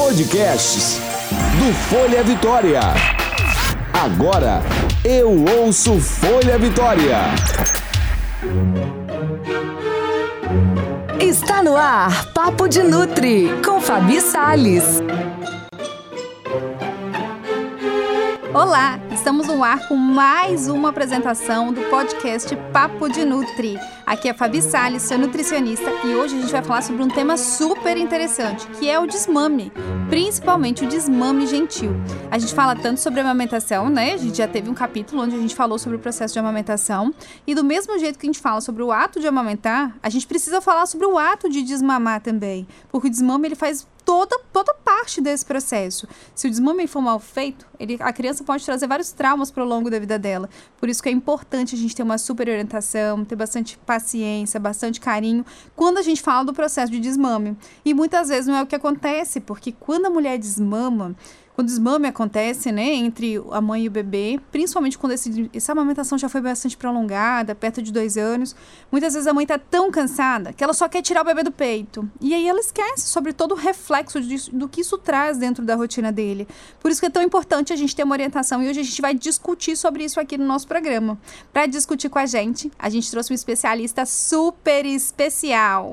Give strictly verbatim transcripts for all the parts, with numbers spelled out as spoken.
Podcasts do Folha Vitória. Agora eu ouço Folha Vitória. Está no ar Papo de Nutri com Fabi Salles. Olá, estamos no ar com mais uma apresentação do podcast Papo de Nutri. Aqui é a Fabi Salles, sou nutricionista e hoje a gente vai falar sobre um tema super interessante, que é o desmame, principalmente o desmame gentil. A gente fala tanto sobre amamentação, né? A gente já teve um capítulo onde a gente falou sobre o processo de amamentação e do mesmo jeito que a gente fala sobre o ato de amamentar, a gente precisa falar sobre o ato de desmamar também, porque o desmame ele faz Toda, toda parte desse processo. Se o desmame for mal feito, ele, a criança pode trazer vários traumas para o longo da vida dela. Por isso que é importante a gente ter uma super orientação, ter bastante paciência, bastante carinho, quando a gente fala do processo de desmame. E muitas vezes não é o que acontece, porque quando a mulher desmama, quando o desmame acontece, né, entre a mãe e o bebê, principalmente quando esse, essa amamentação já foi bastante prolongada, perto de dois anos, muitas vezes a mãe está tão cansada que ela só quer tirar o bebê do peito. E aí ela esquece sobre todo o reflexo disso, do que isso traz dentro da rotina dele. Por isso que é tão importante a gente ter uma orientação e hoje a gente vai discutir sobre isso aqui no nosso programa. Para discutir com a gente, a gente trouxe um especialista super especial.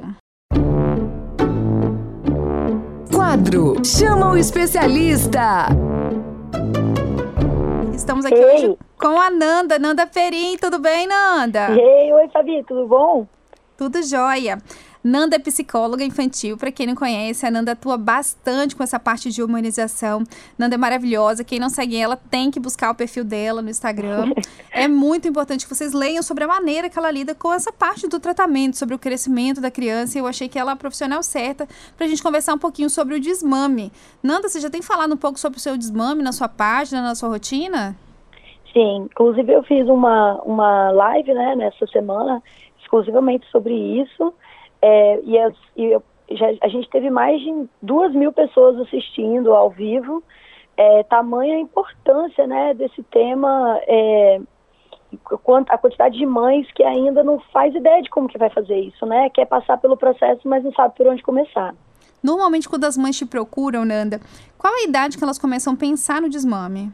Quadro Chama o Especialista. Estamos aqui Ei. hoje com a Nanda, Nanda Perim. Tudo bem, Nanda? Ei, oi, Fabi, tudo bom? Tudo jóia. Nanda é psicóloga infantil, para quem não conhece, a Nanda atua bastante com essa parte de humanização. Nanda é maravilhosa, quem não segue ela tem que buscar o perfil dela no Instagram. É muito importante que vocês leiam sobre a maneira que ela lida com essa parte do tratamento, sobre o crescimento da criança, e eu achei que ela é a profissional certa para a gente conversar um pouquinho sobre o desmame. Nanda, você já tem falado um pouco sobre o seu desmame na sua página, na sua rotina? Sim, inclusive eu fiz uma, uma live, né, nessa semana, exclusivamente sobre isso. É, e as, e eu, já, a gente teve mais de duas mil pessoas assistindo ao vivo. É, tamanha a importância, né, desse tema, é, a quantidade de mães que ainda não faz ideia de como que vai fazer isso, né? Quer passar pelo processo, mas não sabe por onde começar. Normalmente, quando as mães te procuram, Nanda, qual a idade que elas começam a pensar no desmame?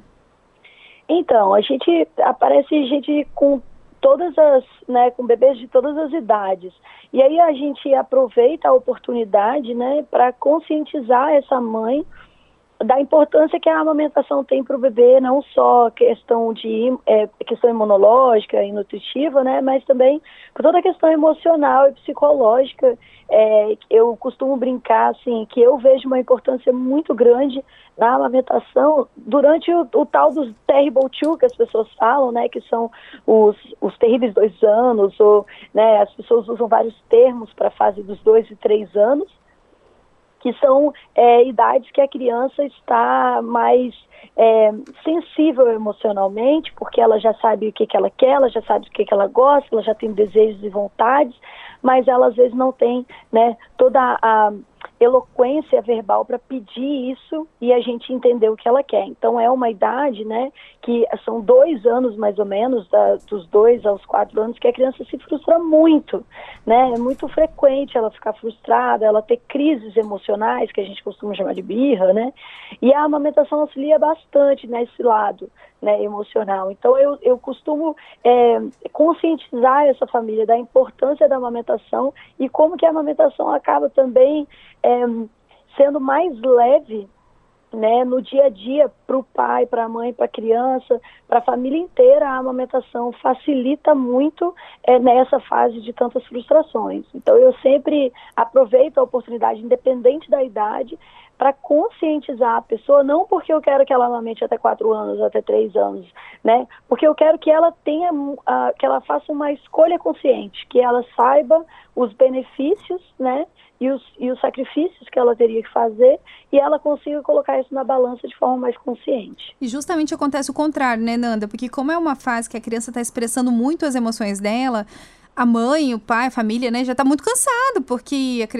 Então, a gente aparece gente com todas as, né, com bebês de todas as idades. E aí a gente aproveita a oportunidade, né, para conscientizar essa mãe da importância que a amamentação tem para o bebê, não só questão de é, questão imunológica e nutritiva, né, mas também por toda a questão emocional e psicológica. É, eu costumo brincar assim, que eu vejo uma importância muito grande na amamentação durante o, o tal dos terrible two que as pessoas falam, né, que são os, os terríveis dois anos, ou, né, as pessoas usam vários termos para a fase dos dois e três anos, que são é, idades que a criança está mais é, sensível emocionalmente, porque ela já sabe o que, que ela quer, ela já sabe o que, que ela gosta, ela já tem desejos e vontades, mas ela às vezes não tem, né, toda a eloquência verbal para pedir isso e a gente entender o que ela quer. Então é uma idade, né, que são dois anos mais ou menos, da, dos dois aos quatro anos, que a criança se frustra muito, né, é muito frequente ela ficar frustrada, ela ter crises emocionais, que a gente costuma chamar de birra, né, e a amamentação auxilia bastante nesse lado, né, emocional. Então eu, eu costumo é, conscientizar essa família da importância da amamentação e como que a amamentação acaba também é, sendo mais leve, né, no dia a dia para o pai, para a mãe, para a criança, para a família inteira. A amamentação facilita muito é, nessa fase de tantas frustrações. Então eu sempre aproveito a oportunidade, independente da idade, para conscientizar a pessoa, não porque eu quero que ela amamente até quatro anos, até três anos, né? Porque eu quero que ela tenha, uh, que ela faça uma escolha consciente, que ela saiba os benefícios, né? E os, e os sacrifícios que ela teria que fazer e ela consiga colocar isso na balança de forma mais consciente. E justamente acontece o contrário, né, Nanda? Porque como é uma fase que a criança está expressando muito as emoções dela, a mãe, o pai, a família, né, já está muito cansado, porque a criança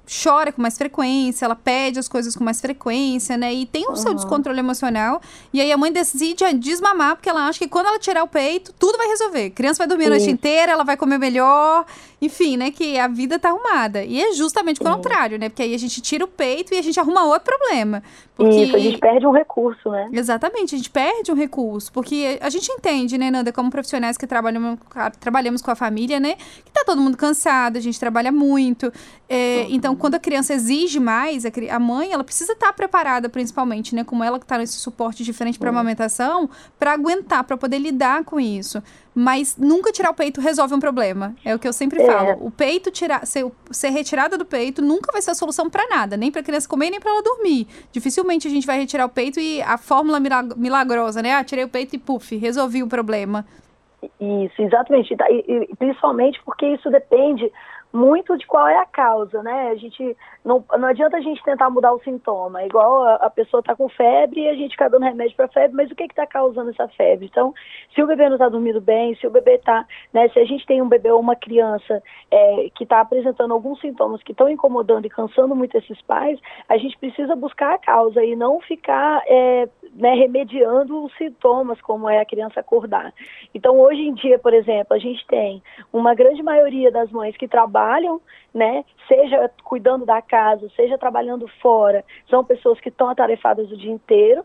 chora com mais frequência, ela pede as coisas com mais frequência, né? E tem o seu Uhum. descontrole emocional. E aí a mãe decide desmamar, porque ela acha que quando ela tirar o peito, tudo vai resolver. A criança vai dormir a noite Isso. inteira, ela vai comer melhor. Enfim, né? Que a vida tá arrumada. E é justamente o contrário, né? Porque aí a gente tira o peito e a gente arruma outro problema. Porque... Isso, a gente perde um recurso, né? Exatamente, a gente perde um recurso, porque a gente entende, né, Nanda, como profissionais que trabalham, trabalhamos com a família, né, que tá todo mundo cansado, a gente trabalha muito, é, Uhum. então quando a criança exige mais, a, cri- a mãe, ela precisa estar preparada, principalmente, né, como ela que tá nesse suporte diferente para amamentação, para aguentar, para poder lidar com isso. Mas nunca tirar o peito resolve um problema. É o que eu sempre É. falo. O peito, tirar, ser, ser retirada do peito nunca vai ser a solução para nada. Nem para a criança comer, nem para ela dormir. Dificilmente a gente vai retirar o peito e a fórmula milag- milagrosa, né? Ah, tirei o peito e puf, resolvi o problema. Isso, exatamente. E, e, principalmente porque isso depende muito de qual é a causa, né? A gente não, não adianta a gente tentar mudar o sintoma. Igual a, a pessoa está com febre e a gente fica dando remédio para febre, mas o que está causando essa febre? Então, se o bebê não está dormindo bem, se o bebê está, né? Se a gente tem um bebê ou uma criança é, que está apresentando alguns sintomas que estão incomodando e cansando muito esses pais, a gente precisa buscar a causa e não ficar é, né, remediando os sintomas, como é a criança acordar. Então, hoje em dia, por exemplo, a gente tem uma grande maioria das mães que trabalham, né, seja cuidando da casa, seja trabalhando fora, são pessoas que estão atarefadas o dia inteiro.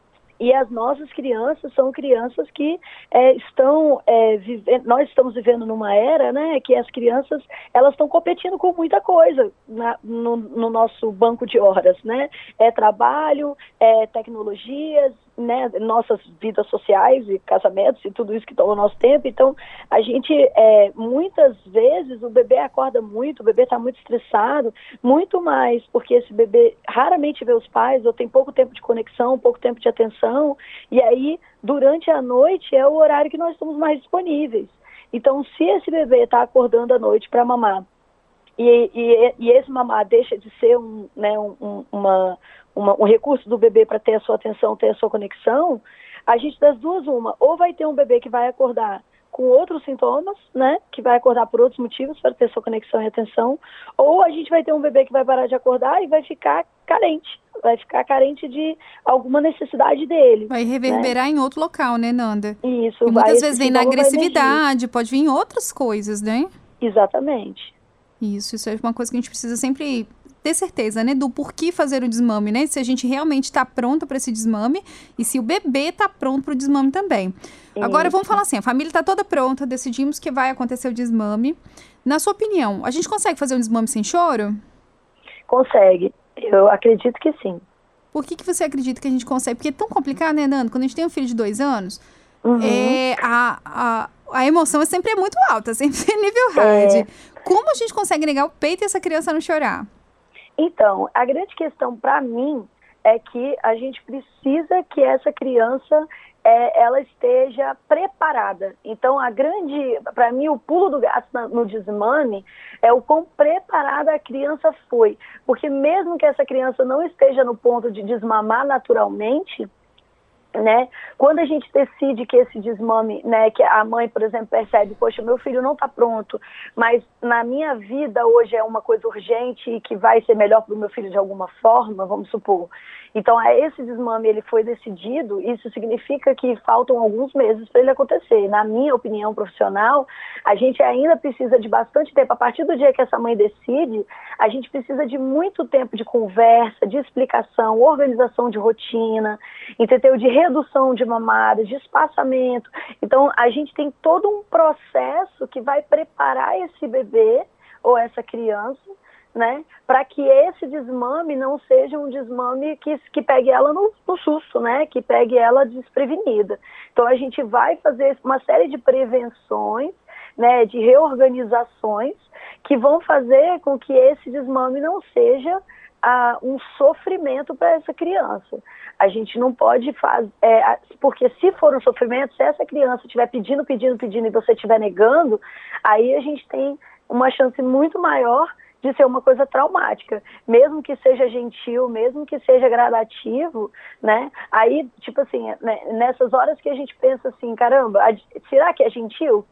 E as nossas crianças são crianças que é, estão, é, vivendo, nós estamos vivendo numa era, né, que as crianças, elas estão competindo com muita coisa na, no, no nosso banco de horas, né, é trabalho, é tecnologias, né, nossas vidas sociais e casamentos e tudo isso que toma o nosso tempo. Então, a gente, é, muitas vezes, o bebê acorda muito, o bebê está muito estressado, muito mais porque esse bebê raramente vê os pais, ou tem pouco tempo de conexão, pouco tempo de atenção, e aí, durante a noite, é o horário que nós estamos mais disponíveis. Então, se esse bebê está acordando à noite para mamar, e, e, e esse mamar deixa de ser um, né, um, uma... Uma, um recurso do bebê para ter a sua atenção, ter a sua conexão, a gente das duas uma, ou vai ter um bebê que vai acordar com outros sintomas, né, que vai acordar por outros motivos para ter sua conexão e atenção, ou a gente vai ter um bebê que vai parar de acordar e vai ficar carente, vai ficar carente de alguma necessidade dele. Vai reverberar, né, em outro local, né, Nanda? Isso. E muitas vezes vem na sintoma vai agressividade, pode vir em outras coisas, né? Exatamente. Isso, isso é uma coisa que a gente precisa sempre ter certeza, né, do porquê fazer o desmame, né, se a gente realmente está pronto para esse desmame e se o bebê está pronto para o desmame também. Isso. Agora, vamos falar assim, a família está toda pronta, decidimos que vai acontecer o desmame. Na sua opinião, a gente consegue fazer um desmame sem choro? Consegue, eu acredito que sim. Por que, que você acredita que a gente consegue? Porque é tão complicado, né, Nando? Quando a gente tem um filho de dois anos, uhum. é, a, a, a emoção é sempre muito alta, sempre nível hard. É. Como a gente consegue negar o peito e essa criança não chorar? Então, a grande questão para mim é que a gente precisa que essa criança é, ela esteja preparada. Então, a grande, para mim, o pulo do gato na, no desmame é o quão preparada a criança foi. Porque mesmo que essa criança não esteja no ponto de desmamar naturalmente, né, quando a gente decide que esse desmame, né, que a mãe, por exemplo, percebe, poxa, meu filho não está pronto, mas na minha vida hoje é uma coisa urgente e que vai ser melhor para o meu filho de alguma forma, vamos supor. Então, esse desmame, ele foi decidido, isso significa que faltam alguns meses para ele acontecer. Na minha opinião profissional, a gente ainda precisa de bastante tempo. A partir do dia que essa mãe decide, a gente precisa de muito tempo de conversa, de explicação, organização de rotina, entendeu? De redução de mamadas, de espaçamento. Então, a gente tem todo um processo que vai preparar esse bebê ou essa criança, né, para que esse desmame não seja um desmame que, que pegue ela no, no susto, né, que pegue ela desprevenida. Então, a gente vai fazer uma série de prevenções, né, de reorganizações que vão fazer com que esse desmame não seja ah, um sofrimento para essa criança. A gente não pode fazer, é, porque se for um sofrimento, se essa criança estiver pedindo, pedindo, pedindo e você estiver negando, aí a gente tem uma chance muito maior de ser uma coisa traumática, mesmo que seja gentil, mesmo que seja gradativo, né? Aí, tipo assim, né, nessas horas que a gente pensa assim, caramba, será que é gentil?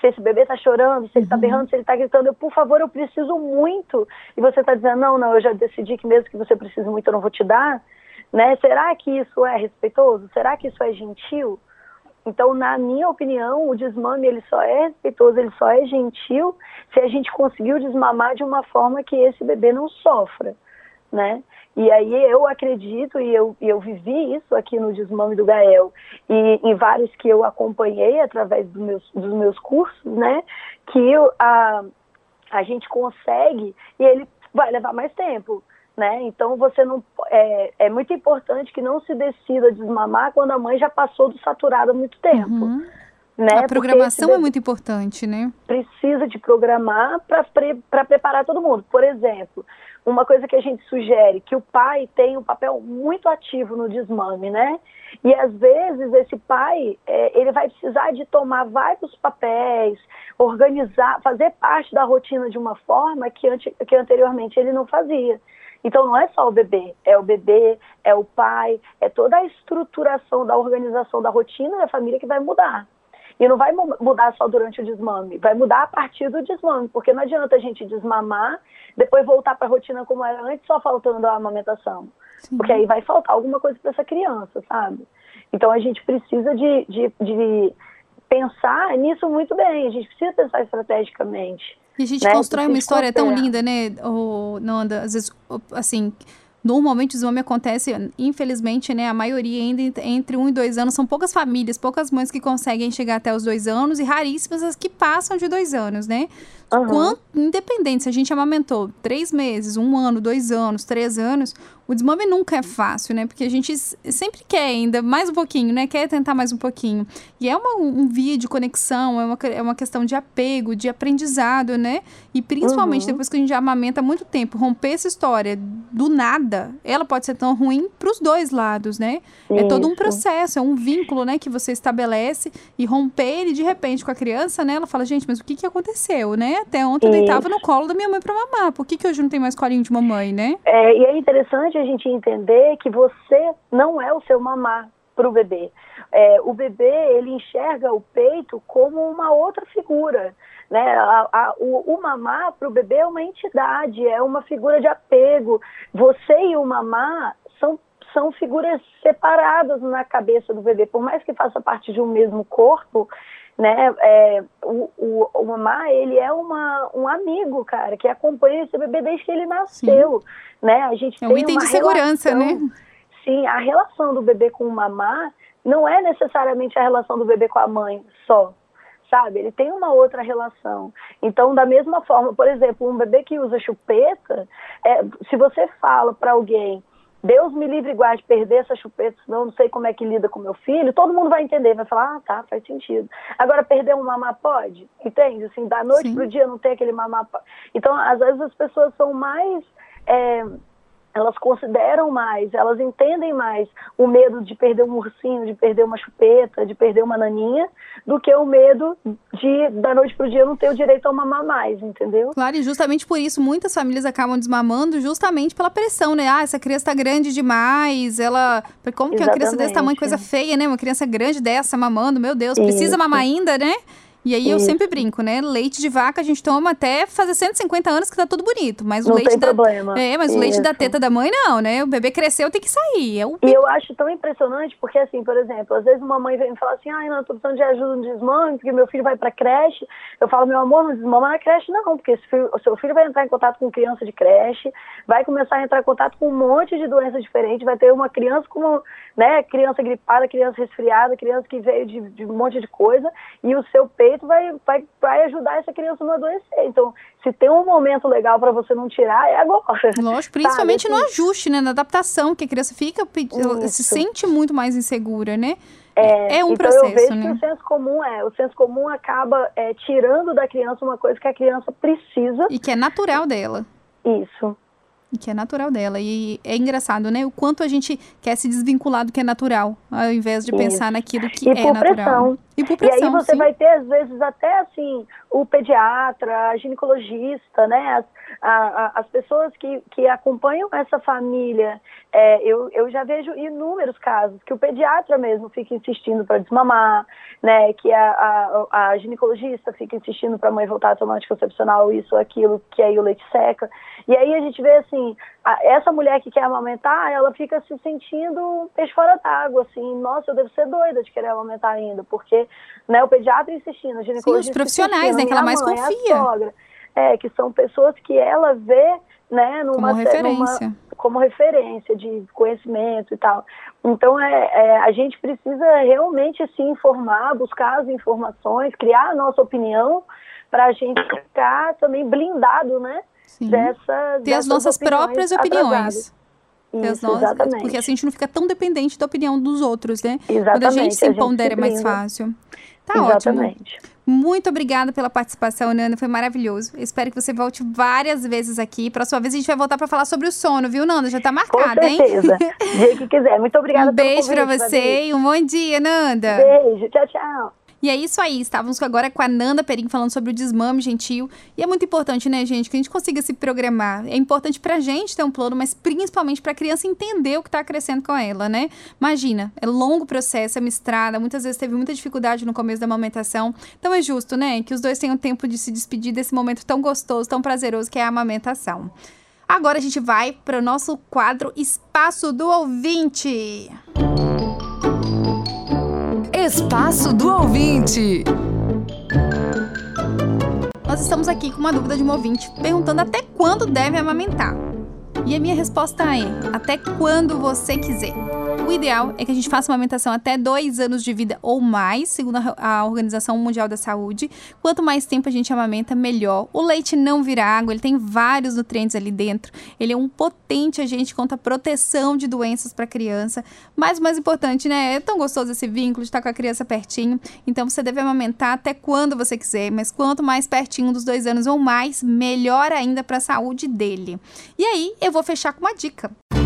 se esse bebê está chorando, se ele está Uhum. berrando, se ele está gritando, eu, por favor, eu preciso muito. E você está dizendo, não, não, eu já decidi que mesmo que você precise muito, eu não vou te dar. Né? Será que isso é respeitoso? Será que isso é gentil? Então, na minha opinião, o desmame ele só é respeitoso, ele só é gentil se a gente conseguiu desmamar de uma forma que esse bebê não sofra, né? E aí eu acredito, e eu, e eu vivi isso aqui no Desmame do Gael, e em vários que eu acompanhei através do meus, dos meus cursos, né? Que a, a gente consegue, e ele vai levar mais tempo. Né? Então você não é, é muito importante que não se decida desmamar quando a mãe já passou do saturado há muito tempo. Uhum. Né? A programação é muito importante, né? Precisa de programar para pre, para preparar todo mundo. Por exemplo, uma coisa que a gente sugere, que o pai tem um papel muito ativo no desmame, né? E às vezes esse pai, é, ele vai precisar de tomar vários papéis, organizar, fazer parte da rotina de uma forma que, ante, que anteriormente ele não fazia. Então não é só o bebê, é o bebê, é o pai, é toda a estruturação da organização da rotina da família que vai mudar. E não vai mudar só durante o desmame, vai mudar a partir do desmame, porque não adianta a gente desmamar, depois voltar para a rotina como era antes, só faltando a amamentação. Sim. Porque aí vai faltar alguma coisa para essa criança, sabe? Então a gente precisa de, de, de pensar nisso muito bem, a gente precisa pensar estrategicamente. E a gente né? constrói uma história tão linda, né, oh, Nanda? Às vezes, assim, normalmente o desmame acontece, infelizmente, né, a maioria ainda entre um e dois anos, são poucas famílias, poucas mães que conseguem chegar até os dois anos e raríssimas as que passam de dois anos, né? Uhum. Quanto, independente, se a gente amamentou três meses, um ano, dois anos, três anos, o desmame nunca é fácil, né? Porque a gente sempre quer ainda mais um pouquinho, né? Quer tentar mais um pouquinho. E é uma, um via de conexão, é uma, é uma questão de apego, de aprendizado, né? E principalmente uhum. depois que a gente amamenta há muito tempo, romper essa história do nada, ela pode ser tão ruim para os dois lados, né? Isso. É todo um processo, é um vínculo, né? Que você estabelece e romper ele de repente com a criança, né? Ela fala, gente, mas o que que aconteceu, né? Até ontem eu deitava no colo da minha mãe para mamar. Por que que hoje não tem mais colinho de mamãe, né? É, e é interessante a gente entender que você não é o seu mamá para o bebê. É, o bebê, ele enxerga o peito como uma outra figura. Né? A, a, o, o mamá para o bebê é uma entidade, é uma figura de apego. Você e o mamá são, são figuras separadas na cabeça do bebê. Por mais que faça parte de um mesmo corpo, né, é, o, o, o mamá, ele é uma, um amigo, cara, que acompanha esse bebê desde que ele nasceu, sim. Né, a gente é tem um item uma de segurança, relação, né? Sim, a relação do bebê com o mamá não é necessariamente a relação do bebê com a mãe só, sabe, ele tem uma outra relação. Então, da mesma forma, por exemplo, um bebê que usa chupeta, é, se você fala para alguém, Deus me livre e guarde perder essa chupeta, senão não sei como é que lida com meu filho, todo mundo vai entender, vai falar, ah, tá, faz sentido. Agora, perder um mamá pode? Entende? Assim, da noite Sim. pro dia não tem aquele mamá pode. Então, às vezes as pessoas são mais... É, elas consideram mais, elas entendem mais o medo de perder um ursinho, de perder uma chupeta, de perder uma naninha, do que o medo de, da noite pro dia, não ter o direito a mamar mais, entendeu? Claro, e justamente por isso, muitas famílias acabam desmamando justamente pela pressão, né? Ah, essa criança tá grande demais, ela... Como que Exatamente. Uma criança desse tamanho, coisa feia, né? Uma criança grande dessa mamando, meu Deus, precisa isso. Mamar ainda, né? E aí eu Isso. sempre brinco, né? Leite de vaca a gente toma até fazer cento e cinquenta anos que tá tudo bonito. Mas não o leite tem da... problema. É, mas Isso. o leite da teta da mãe não, né? O bebê cresceu, tem que sair. É o... E eu acho tão impressionante, porque assim, por exemplo, às vezes uma mãe vem me falar assim, ai, não, eu tô precisando de ajuda no desmame, porque meu filho vai pra creche. Eu falo, meu amor, não desmama na creche não, porque filho, o seu filho vai entrar em contato com criança de creche, vai começar a entrar em contato com um monte de doenças diferentes, vai ter uma criança com, né, criança gripada, criança resfriada, criança que veio de, de um monte de coisa, e o seu peito vai... vai vai ajudar essa criança a não adoecer. Então, se tem um momento legal para você não tirar, é agora. Lógico, principalmente sabe, assim, no ajuste, né? Na adaptação, que a criança fica, ela se sente muito mais insegura, né? É, é um então processo, eu vejo né? que o senso comum é, o senso comum acaba é, tirando da criança uma coisa que a criança precisa. E que é natural dela. Isso. E que é natural dela. E é engraçado, né? O quanto a gente quer se desvincular do que é natural, ao invés de Isso. pensar naquilo que e é por natural. Pressão. E por pressão, E aí você sim. vai ter, às vezes, até assim, o pediatra, a ginecologista, né? As, a, a, as pessoas que, que acompanham essa família, é, eu, eu já vejo inúmeros casos que o pediatra mesmo fica insistindo para desmamar, né, que a, a, a ginecologista fica insistindo para a mãe voltar a tomar anticoncepcional, isso, aquilo, que aí o leite seca. E aí a gente vê assim, a, essa mulher que quer amamentar, ela fica se sentindo peixe fora d'água, assim, nossa, eu devo ser doida de querer amamentar ainda, porque, né, o pediatra insistindo, a ginecologista Sim, os profissionais, né, que ela mais mãe, confia. A sogra, é, que são pessoas que ela vê, né, numa, como referência. Numa, como referência de conhecimento e tal. Então, é, é, a gente precisa realmente se informar, buscar as informações, criar a nossa opinião, para a gente ficar também blindado, né, Sim. dessa ter as nossas próprias opiniões. Isso, nós, exatamente. Porque assim a gente não fica tão dependente da opinião dos outros, né? Exatamente. Quando a gente se a gente pondera, se é mais fácil. Tá exatamente. Ótimo. Muito obrigada pela participação, Nanda. Foi maravilhoso. Eu espero que você volte várias vezes aqui. Próxima vez a gente vai voltar para falar sobre o sono, viu, Nanda? Já tá marcada, hein? Com certeza. Do jeito que quiser. Muito obrigada um pelo beijo para você Fabi. e um bom dia, Nanda. Beijo. Tchau, tchau. E é isso aí, estávamos agora com a Nanda Perim falando sobre o desmame gentil. E é muito importante, né, gente, que a gente consiga se programar. É importante pra gente ter um plano, mas principalmente pra criança entender o que tá crescendo com ela, né? Imagina, é longo processo, é uma estrada, muitas vezes teve muita dificuldade no começo da amamentação. Então é justo, né, que os dois tenham tempo de se despedir desse momento tão gostoso, tão prazeroso que é a amamentação. Agora a gente vai para o nosso quadro Espaço do Ouvinte. Espaço do Ouvinte. Nós estamos aqui com uma dúvida de um ouvinte perguntando até quando deve amamentar. E a minha resposta é: até quando você quiser. O ideal é que a gente faça uma amamentação até dois anos de vida ou mais, segundo a Organização Mundial da Saúde. Quanto mais tempo a gente amamenta, melhor. O leite não vira água, ele tem vários nutrientes ali dentro. Ele é um potente agente contra a proteção de doenças para a criança. Mas o mais importante, né? É tão gostoso esse vínculo de estar com a criança pertinho. Então você deve amamentar até quando você quiser, mas quanto mais pertinho dos dois anos ou mais, melhor ainda para a saúde dele. E aí, eu vou fechar com uma dica.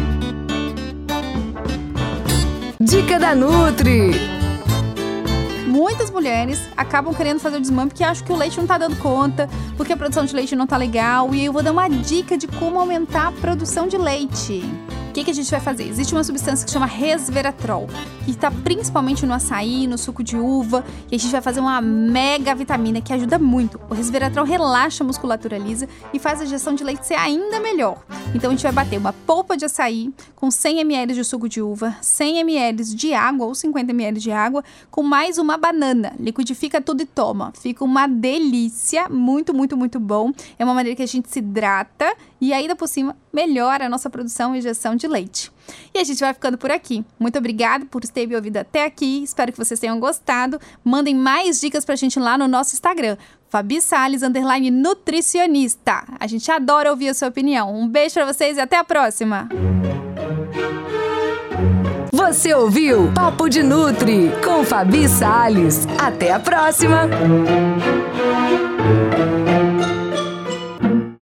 Dica da Nutri. Muitas mulheres acabam querendo fazer o desmame porque acham que o leite não tá dando conta, porque a produção de leite não tá legal. E eu vou dar uma dica de como aumentar a produção de leite. O que, que a gente vai fazer? Existe uma substância que chama resveratrol, que está principalmente no açaí, no suco de uva, e a gente vai fazer uma mega vitamina que ajuda muito. O resveratrol relaxa a musculatura lisa e faz a digestão de leite ser ainda melhor. Então a gente vai bater uma polpa de açaí com cem mililitros de suco de uva, cem mililitros de água ou cinquenta mililitros de água, com mais uma banana. Liquidifica tudo e toma. Fica uma delícia, muito, muito, muito bom. É uma maneira que a gente se hidrata e ainda por cima melhora a nossa produção e ingestão de leite. E a gente vai ficando por aqui. Muito obrigada por ter me ouvido até aqui. Espero que vocês tenham gostado. Mandem mais dicas pra gente lá no nosso Instagram, Fabi Salles, underline nutricionista. A gente adora ouvir a sua opinião. Um beijo pra vocês e até a próxima. Você ouviu Papo de Nutri com Fabi Salles. Até a próxima.